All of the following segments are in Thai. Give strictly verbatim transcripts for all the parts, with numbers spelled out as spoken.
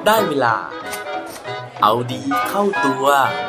ได้เวลาเอาดีเข้าตัว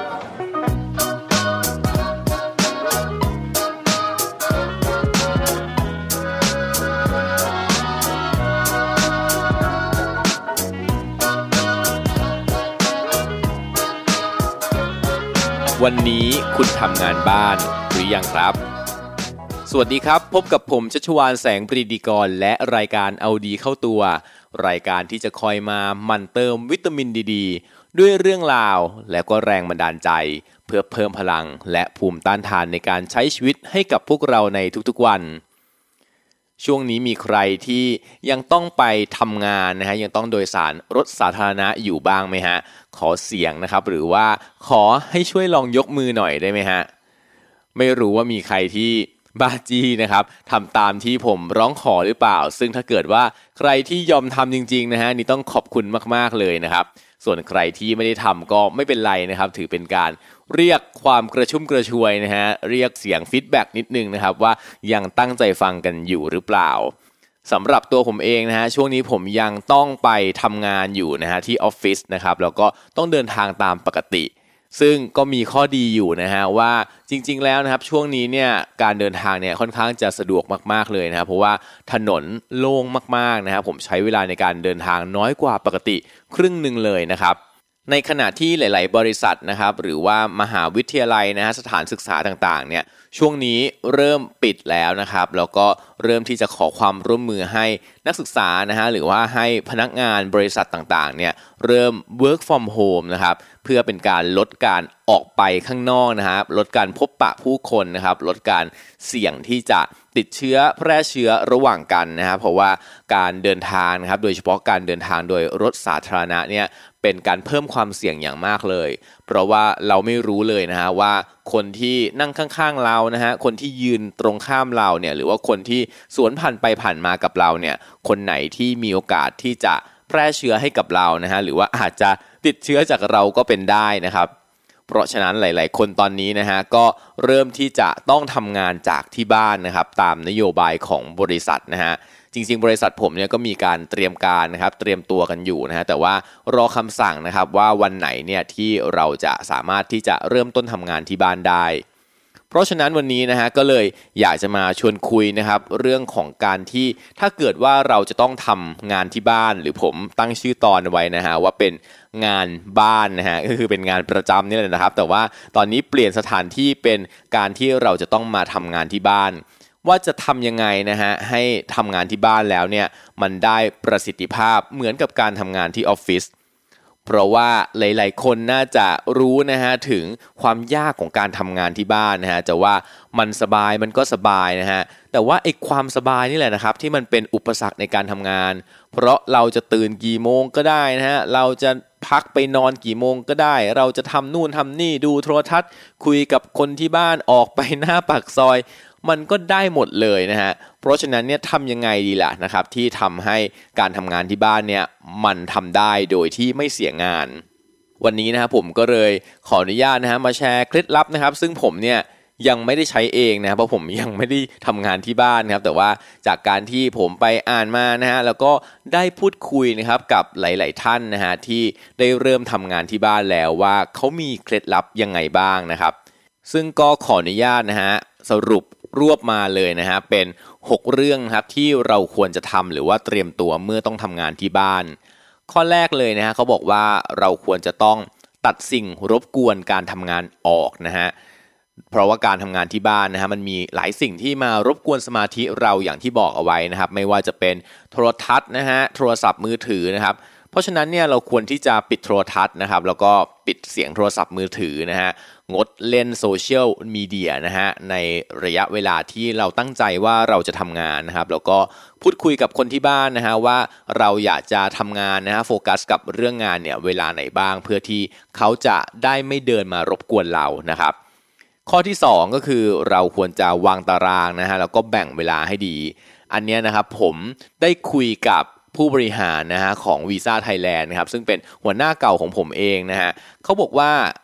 วันนี้คุณทำงานบ้านหรือยังครับสวัสดีครับพบกับผมชัชวาลแสงปรีดีกรและรายการเอาดีเข้าตัวรายการที่จะคอยมาหมั่นเติมวิตามินดีดีด้วยเรื่องราวและก็แรงบันดาลใจเพื่อเพิ่มพลังและภูมิต้านทานในการใช้ชีวิตให้กับพวกเราในทุกๆวันช่วงนี้มีใครที่ยังต้องไปทำงานนะฮะยังต้องโดยสารรถสาธารณะอยู่บ้างไหมฮะขอเสียงนะครับหรือว่าขอให้ช่วยลองยกมือหน่อยได้ไหมฮะไม่รู้ว่ามีใครที่บ้าจี้นะครับทำตามที่ผมร้องขอหรือเปล่าซึ่งถ้าเกิดว่าใครที่ยอมทำจริงๆนะฮะนี่ต้องขอบคุณมากๆเลยนะครับส่วนใครที่ไม่ได้ทำก็ไม่เป็นไรนะครับถือเป็นการเรียกความกระชุ่มกระชวยนะฮะเรียกเสียงฟีดแบ็กนิดนึงนะครับว่ายังตั้งใจฟังกันอยู่หรือเปล่าสำหรับตัวผมเองนะฮะช่วงนี้ผมยังต้องไปทำงานอยู่นะฮะที่ออฟฟิศนะครับแล้วก็ต้องเดินทางตามปกติซึ่งก็มีข้อดีอยู่นะฮะว่าจริงๆแล้วนะครับช่วงนี้เนี่ยการเดินทางเนี่ยค่อนข้างจะสะดวกมากๆเลยนะครับเพราะว่าถนนโล่งมากๆนะครับผมใช้เวลาในการเดินทางน้อยกว่าปกติครึ่งหนึ่งเลยนะครับในขณะที่หลายๆบริษัทนะครับหรือว่ามหาวิทยาลัยนะฮะสถานศึกษาต่างๆเนี่ยช่วงนี้เริ่มปิดแล้วนะครับแล้วก็เริ่มที่จะขอความร่วมมือให้นักศึกษานะฮะหรือว่าให้พนักงานบริษัทต่างๆเนี่ยเริ่ม work from home นะครับเพื่อเป็นการลดการออกไปข้างนอกนะครับลดการพบปะผู้คนนะครับลดการเสี่ยงที่จะติดเชื้อแพร่เชื้อระหว่างกันนะครับเพราะว่าการเดินทางนะครับโดยเฉพาะการเดินทางโดยรถสาธารณะเนี่ยเป็นการเพิ่มความเสี่ยงอย่างมากเลยเพราะว่าเราไม่รู้เลยนะฮะว่าคนที่นั่งข้างๆเรานะฮะคนที่ยืนตรงข้ามเราเนี่ยหรือว่าคนที่สวนผ่านไปผ่านมากับเราเนี่ยคนไหนที่มีโอกาสที่จะแพร่เชื้อให้กับเรานะฮะหรือว่าอาจจะติดเชื้อจากเราก็เป็นได้นะครับเพราะฉะนั้นหลายๆคนตอนนี้นะฮะก็เริ่มที่จะต้องทำงานจากที่บ้านนะครับตามนโยบายของบริษัทนะฮะจริงๆบริษัทผมเนี่ยก็มีการเตรียมการนะครับเตรียมตัวกันอยู่นะฮะแต่ว่ารอคำสั่งนะครับว่าวันไหนเนี่ยที่เราจะสามารถที่จะเริ่มต้นทำงานที่บ้านได้เพราะฉะนั้นวันนี้นะฮะก็เลยอยากจะมาชวนคุยนะครับเรื่องของการที่ถ้าเกิดว่าเราจะต้องทำงานที่บ้านหรือผมตั้งชื่อตอนไว้นะฮะว่าเป็นงานบ้านนะฮะก็คือเป็นงานประจำนี่แหละนะครับแต่ว่าตอนนี้เปลี่ยนสถานที่เป็นการที่เราจะต้องมาทำงานที่บ้านว่าจะทำยังไงนะฮะให้ทำงานที่บ้านแล้วเนี่ยมันได้ประสิทธิภาพเหมือนกับการทำงานที่ออฟฟิศเพราะว่าหลายๆคนน่าจะรู้นะฮะถึงความยากของการทำงานที่บ้านนะฮะจะว่ามันสบายมันก็สบายนะฮะแต่ว่าไอ้ความสบายนี่แหละนะครับที่มันเป็นอุปสรรคในการทำงานเพราะเราจะตื่นกี่โมงก็ได้นะฮะเราจะพักไปนอนกี่โมงก็ได้เราจะทำนู่นทำนี่ดูโทรทัศน์คุยกับคนที่บ้านออกไปหน้าปากซอยมันก็ได้หมดเลยนะฮะเพราะฉะนั้นเนี่ยทำยังไงดีล่ะนะครับที่ทำให้การทำงานที่บ้านเนี่ยมันทำได้โดยที่ไม่เสียงานวันนี้นะครับผมก็เลยขออนุญาตนะฮะมาแชร์เคล็ดลับนะครับซึ่งผมเนี่ยยังไม่ได้ใช้เองนะเพราะผมยังไม่ได้ทำงานที่บ้านนะครับแต่ว่าจากการที่ผมไปอ่านมานะฮะแล้วก็ได้พูดคุยนะครับกับหลายๆท่านนะฮะที่ได้เริ่มทำงานที่บ้านแล้วว่าเขามีเคล็ดลับยังไงบ้างนะครับซึ่งก็ขออนุญาตนะฮะสรุปรวบมาเลยนะฮะเป็นหกเรื่องครับที่เราควรจะทำหรือว่าเตรียมตัวเมื่อต้องทำงานที่บ้านข้อแรกเลยนะฮะเขาบอกว่าเราควรจะต้องตัดสิ่งรบกวนการทำงานออกนะฮะเพราะว่าการทำงานที่บ้านนะฮะมันมีหลายสิ่งที่มารบกวนสมาธิเราอย่างที่บอกเอาไว้นะครับไม่ว่าจะเป็นโทรทัศน์นะฮะโทรศัพท์มือถือนะครับเพราะฉะนั้นเนี่ยเราควรที่จะปิดโทรทัศน์นะครับแล้วก็ปิดเสียงโทรศัพท์มือถือนะฮะงดเล่นโซเชียลมีเดียนะฮะในระยะเวลาที่เราตั้งใจว่าเราจะทำงานนะครับแล้วก็พูดคุยกับคนที่บ้านนะฮะว่าเราอยากจะทำงานนะฮะโฟกัสกับเรื่องงานเนี่ยเวลาไหนบ้างเพื่อที่เขาจะได้ไม่เดินมารบกวนเรานะครับข้อที่สองก็คือเราควรจะวางตารางนะฮะแล้วก็แบ่งเวลาให้ดีอันนี้นะครับผมได้คุยกับผู้บริหารนะฮะของ Visa Thailand นะครับซึ่งเป็นหัวหน้าเก่าของผมเองนะฮะเขาบอกว่า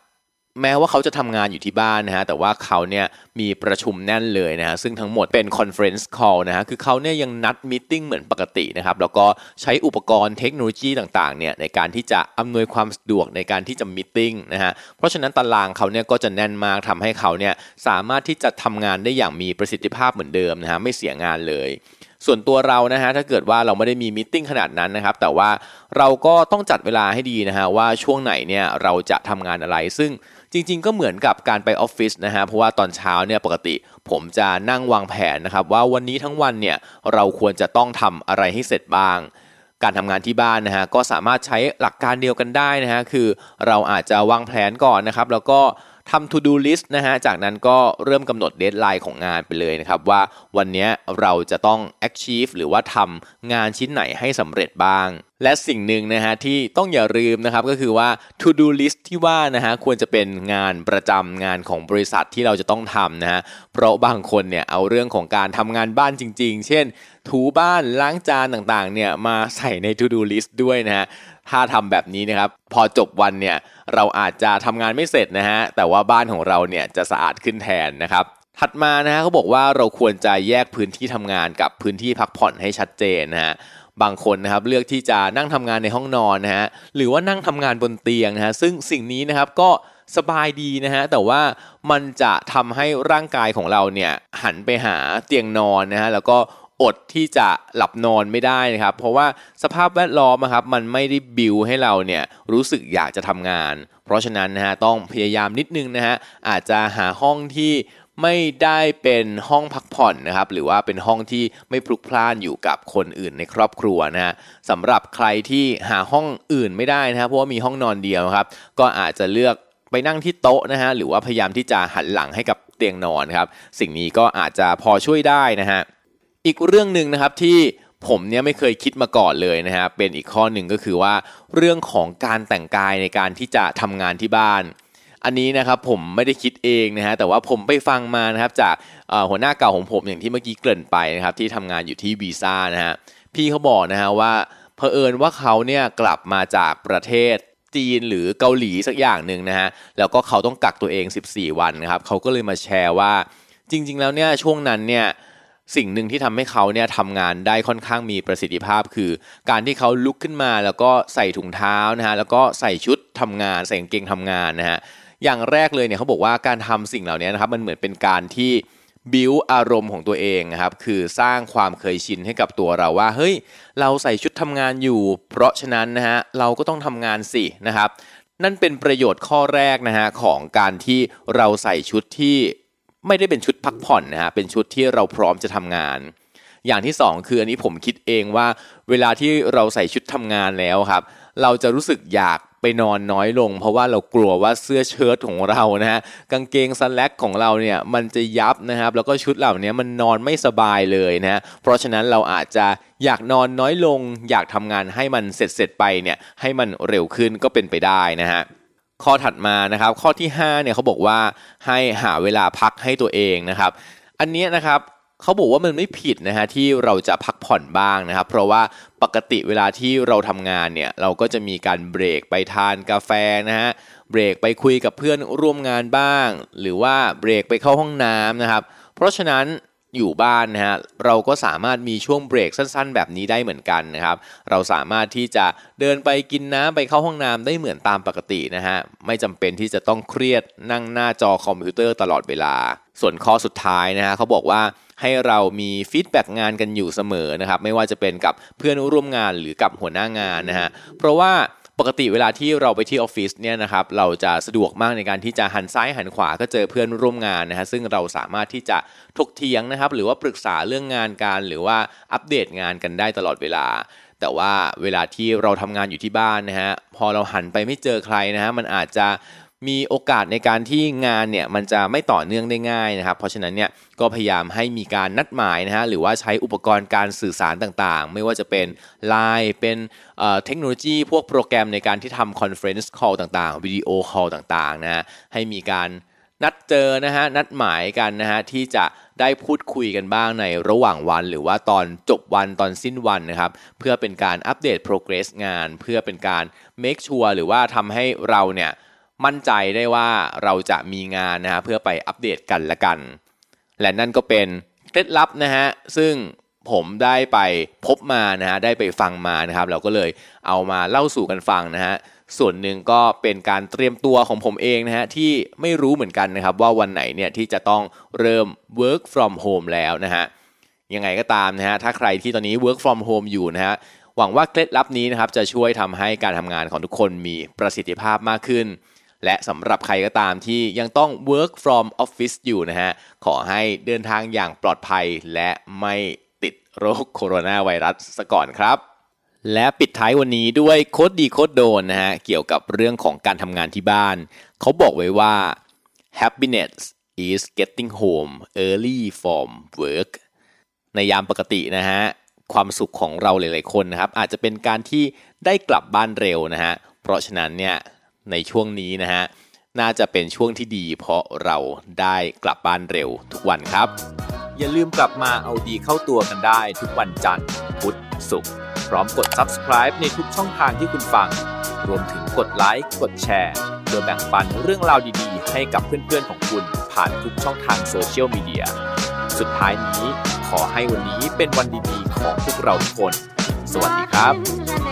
แม้ว่าเขาจะทำงานอยู่ที่บ้านนะฮะแต่ว่าเขาเนี่ยมีประชุมแน่นเลยนะฮะซึ่งทั้งหมดเป็น conference call นะฮะคือเขาเนี่ยยังนัดมีตติ้งเหมือนปกตินะครับแล้วก็ใช้อุปกรณ์เทคโนโลยีต่างๆเนี่ยในการที่จะอำนวยความสะดวกในการที่จะมีตติ้งนะฮะเพราะฉะนั้นตารางเขาเนี่ยก็จะแน่นมากทำให้เขาเนี่ยสามารถที่จะทำงานได้อย่างมีประสิทธิภาพเหมือนเดิมนะฮะไม่เสียงานเลยส่วนตัวเรานะฮะถ้าเกิดว่าเราไม่ได้มีมีตติ้งขนาดนั้นนะครับแต่ว่าเราก็ต้องจัดเวลาให้ดีนะฮะว่าช่วงไหนเนี่ยเราจะทำงานอะไรซึ่งจริงๆก็เหมือนกับการไปออฟฟิศนะฮะเพราะว่าตอนเช้าเนี่ยปกติผมจะนั่งวางแผนนะครับว่าวันนี้ทั้งวันเนี่ยเราควรจะต้องทำอะไรให้เสร็จบ้างการทำงานที่บ้านนะฮะก็สามารถใช้หลักการเดียวกันได้นะฮะคือเราอาจจะวางแผนก่อนนะครับแล้วก็ทำ to do list นะฮะจากนั้นก็เริ่มกำหนด deadline ของงานไปเลยนะครับว่าวันนี้เราจะต้อง achieve หรือว่าทำงานชิ้นไหนให้สำเร็จบ้างและสิ่งหนึ่งนะฮะที่ต้องอย่าลืมนะครับก็คือว่า to do list ที่ว่านะฮะควรจะเป็นงานประจำงานของบริษัทที่เราจะต้องทำนะฮะเพราะบางคนเนี่ยเอาเรื่องของการทำงานบ้านจริงๆเช่นถูบ้านล้างจานต่างๆเนี่ยมาใส่ใน to do list ด้วยนะฮะถ้าทำแบบนี้นะครับพอจบวันเนี่ยเราอาจจะทำงานไม่เสร็จนะฮะแต่ว่าบ้านของเราเนี่ยจะสะอาดขึ้นแทนนะครับถัดมานะฮะเขาบอกว่าเราควรจะแยกพื้นที่ทำงานกับพื้นที่พักผ่อนให้ชัดเจนนะฮะบางคนนะครับเลือกที่จะนั่งทำงานในห้องนอนนะฮะหรือว่านั่งทำงานบนเตียงนะฮะซึ่งสิ่งนี้นะครับก็สบายดีนะฮะแต่ว่ามันจะทำให้ร่างกายของเราเนี่ยหันไปหาเตียงนอนนะฮะแล้วก็อดที่จะหลับนอนไม่ได้นะครับเพราะว่าสภาพแวดล้อมครับมันไม่ได้บิวให้เราเนี่ยรู้สึกอยากจะทำงานเพราะฉะนั้นนะฮะต้องพยายามนิดนึงนะฮะอาจจะหาห้องที่ไม่ได้เป็นห้องพักผ่อนนะครับหรือว่าเป็นห้องที่ไม่พลุกพล่านอยู่กับคนอื่นในครอบครัวนะฮะสำหรับใครที่หาห้องอื่นไม่ได้นะครับเพราะว่ามีห้องนอนเดียวครับก็อาจจะเลือกไปนั่งที่โต๊ะนะฮะหรือว่าพยายามที่จะหันหลังให้กับเตียงนอนครับสิ่งนี้ก็อาจจะพอช่วยได้นะฮะอีกเรื่องหนึ่งนะครับที่ผมเนี่ยไม่เคยคิดมาก่อนเลยนะฮะเป็นอีกข้อหนึ่งก็คือว่าเรื่องของการแต่งกายในการที่จะทำงานที่บ้านอันนี้นะครับผมไม่ได้คิดเองนะฮะแต่ว่าผมไปฟังมานะครับจากหัวหน้าเก่าของผมอย่างที่เมื่อกี้เกริ่นไปนะครับที่ทำงานอยู่ที่วีซ่านะฮะพี่เขาบอกนะฮะว่าเผอิญว่าเขาเนี่ยกลับมาจากประเทศจีนหรือเกาหลีสักอย่างหนึ่งนะฮะแล้วก็เขาต้องกักตัวเองสิบสี่วันนะครับเขาก็เลยมาแชร์ว่าจริงๆแล้วเนี่ยช่วงนั้นเนี่ยสิ่งหนึ่งที่ทำให้เขาเนี่ยทำงานได้ค่อนข้างมีประสิทธิภาพคือการที่เขาลุกขึ้นมาแล้วก็ใส่ถุงเท้านะฮะแล้วก็ใส่ชุดทำงานใส่กางเกงทำงานนะฮะอย่างแรกเลยเนี่ยเขาบอกว่าการทำสิ่งเหล่านี้นะครับมันเหมือนเป็นการที่บิวอารมณ์ของตัวเองนะครับคือสร้างความเคยชินให้กับตัวเราว่าเฮ้ยเราใส่ชุดทำงานอยู่เพราะฉะนั้นนะฮะเราก็ต้องทำงานสินะครับนั่นเป็นประโยชน์ข้อแรกนะฮะของการที่เราใส่ชุดที่ไม่ได้เป็นชุดพักผ่อนนะฮะเป็นชุดที่เราพร้อมจะทำงานอย่างที่สองคืออันนี้ผมคิดเองว่าเวลาที่เราใส่ชุดทำงานแล้วครับเราจะรู้สึกอยากไปนอนน้อยลงเพราะว่าเรากลัวว่าเสื้อเชิ้ตของเรานะฮะกางเกงสแล็กของเราเนี่ยมันจะยับนะครับแล้วก็ชุดเหล่านี้มันนอนไม่สบายเลยนะฮะเพราะฉะนั้นเราอาจจะอยากนอนน้อยลงอยากทำงานให้มันเสร็จๆไปเนี่ยให้มันเร็วขึ้นก็เป็นไปได้นะฮะข้อถัดมานะครับข้อที่ห้าเนี่ยเขาบอกว่าให้หาเวลาพักให้ตัวเองนะครับอันนี้นะครับเขาบอกว่ามันไม่ผิดนะฮะที่เราจะพักผ่อนบ้างนะครับเพราะว่าปกติเวลาที่เราทำงานเนี่ยเราก็จะมีการเบรกไปทานกาแฟนะฮะเบรกไปคุยกับเพื่อนร่วมงานบ้างหรือว่าเบรกไปเข้าห้องน้ำนะครับเพราะฉะนั้นอยู่บ้านนะฮะเราก็สามารถมีช่วงเบรกสั้นๆแบบนี้ได้เหมือนกันนะครับเราสามารถที่จะเดินไปกินน้ำไปเข้าห้องน้ำได้เหมือนตามปกตินะฮะไม่จำเป็นที่จะต้องเครียดนั่งหน้าจอคอมพิวเตอร์ตลอดเวลาส่วนข้อสุดท้ายนะฮะเขาบอกว่าให้เรามีฟีดแบ็กงานกันอยู่เสมอนะครับไม่ว่าจะเป็นกับเพื่อนร่วมงานหรือกับหัวหน้างานนะฮะเพราะว่าปกติเวลาที่เราไปที่ออฟฟิศเนี่ยนะครับเราจะสะดวกมากในการที่จะหันซ้ายหันขวาก็เจอเพื่อนร่วมงานนะฮะซึ่งเราสามารถที่จะถกเถียงนะครับหรือว่าปรึกษาเรื่องงานการหรือว่าอัปเดตงานกันได้ตลอดเวลาแต่ว่าเวลาที่เราทำงานอยู่ที่บ้านนะฮะพอเราหันไปไม่เจอใครนะฮะมันอาจจะมีโอกาสในการที่งานเนี่ยมันจะไม่ต่อเนื่องได้ง่ายนะครับเพราะฉะนั้นเนี่ยก็พยายามให้มีการนัดหมายนะฮะหรือว่าใช้อุปกรณ์การสื่อสารต่างๆไม่ว่าจะเป็น ไลน์ เป็นเอ่อเทคโนโลยีพวกโปรแกรมในการที่ทำคอนเฟอเรนซ์คอลต่างๆวิดีโอคอลต่างๆนะฮะให้มีการนัดเจอนะฮะนัดหมายกันนะฮะที่จะได้พูดคุยกันบ้างในระหว่างวันหรือว่าตอนจบวันตอนสิ้นวันนะครับเพื่อเป็นการอัปเดต progress งานเพื่อเป็นการ make sure หรือว่าทำให้เราเนี่ยมั่นใจได้ว่าเราจะมีงานนะฮะเพื่อไปอัปเดตกันละกันและนั่นก็เป็นเคล็ดลับนะฮะซึ่งผมได้ไปพบมานะฮะได้ไปฟังมานะครับเราก็เลยเอามาเล่าสู่กันฟังนะฮะส่วนหนึ่งก็เป็นการเตรียมตัวของผมเองนะฮะที่ไม่รู้เหมือนกันนะครับว่าวันไหนเนี่ยที่จะต้องเริ่ม work from home แล้วนะฮะยังไงก็ตามนะฮะถ้าใครที่ตอนนี้ work from home อยู่นะฮะหวังว่าเคล็ดลับนี้นะครับจะช่วยทำให้การทำงานของทุกคนมีประสิทธิภาพมากขึ้นและสำหรับใครก็ตามที่ยังต้อง work from office อยู่นะฮะขอให้เดินทางอย่างปลอดภัยและไม่ติดโรคโคโรนาไวรัสซะก่อนครับและปิดท้ายวันนี้ด้วยโค้ดดีโค้ดโดนนะฮะเกี่ยวกับเรื่องของการทำงานที่บ้านเขาบอกไว้ว่า happiness is getting home early from work ในยามปกตินะฮะความสุขของเราหลายๆคนนะครับอาจจะเป็นการที่ได้กลับบ้านเร็วนะฮะเพราะฉะนั้นเนี่ยในช่วงนี้นะฮะน่าจะเป็นช่วงที่ดีเพราะเราได้กลับบ้านเร็วทุกวันครับอย่าลืมกลับมาเอาดีเข้าตัวกันได้ทุกวันจันทร์พุธศุกร์พร้อมกด Subscribe ในทุกช่องทางที่คุณฟังรวมถึงกดไลค์กดแชร์เพื่อแบ่งปันเรื่องราวดีๆให้กับเพื่อนๆของคุณผ่านทุกช่องทางโซเชียลมีเดียสุดท้ายนี้ขอให้วันนี้เป็นวันดีๆของพวกเราทุกคนสวัสดีครับ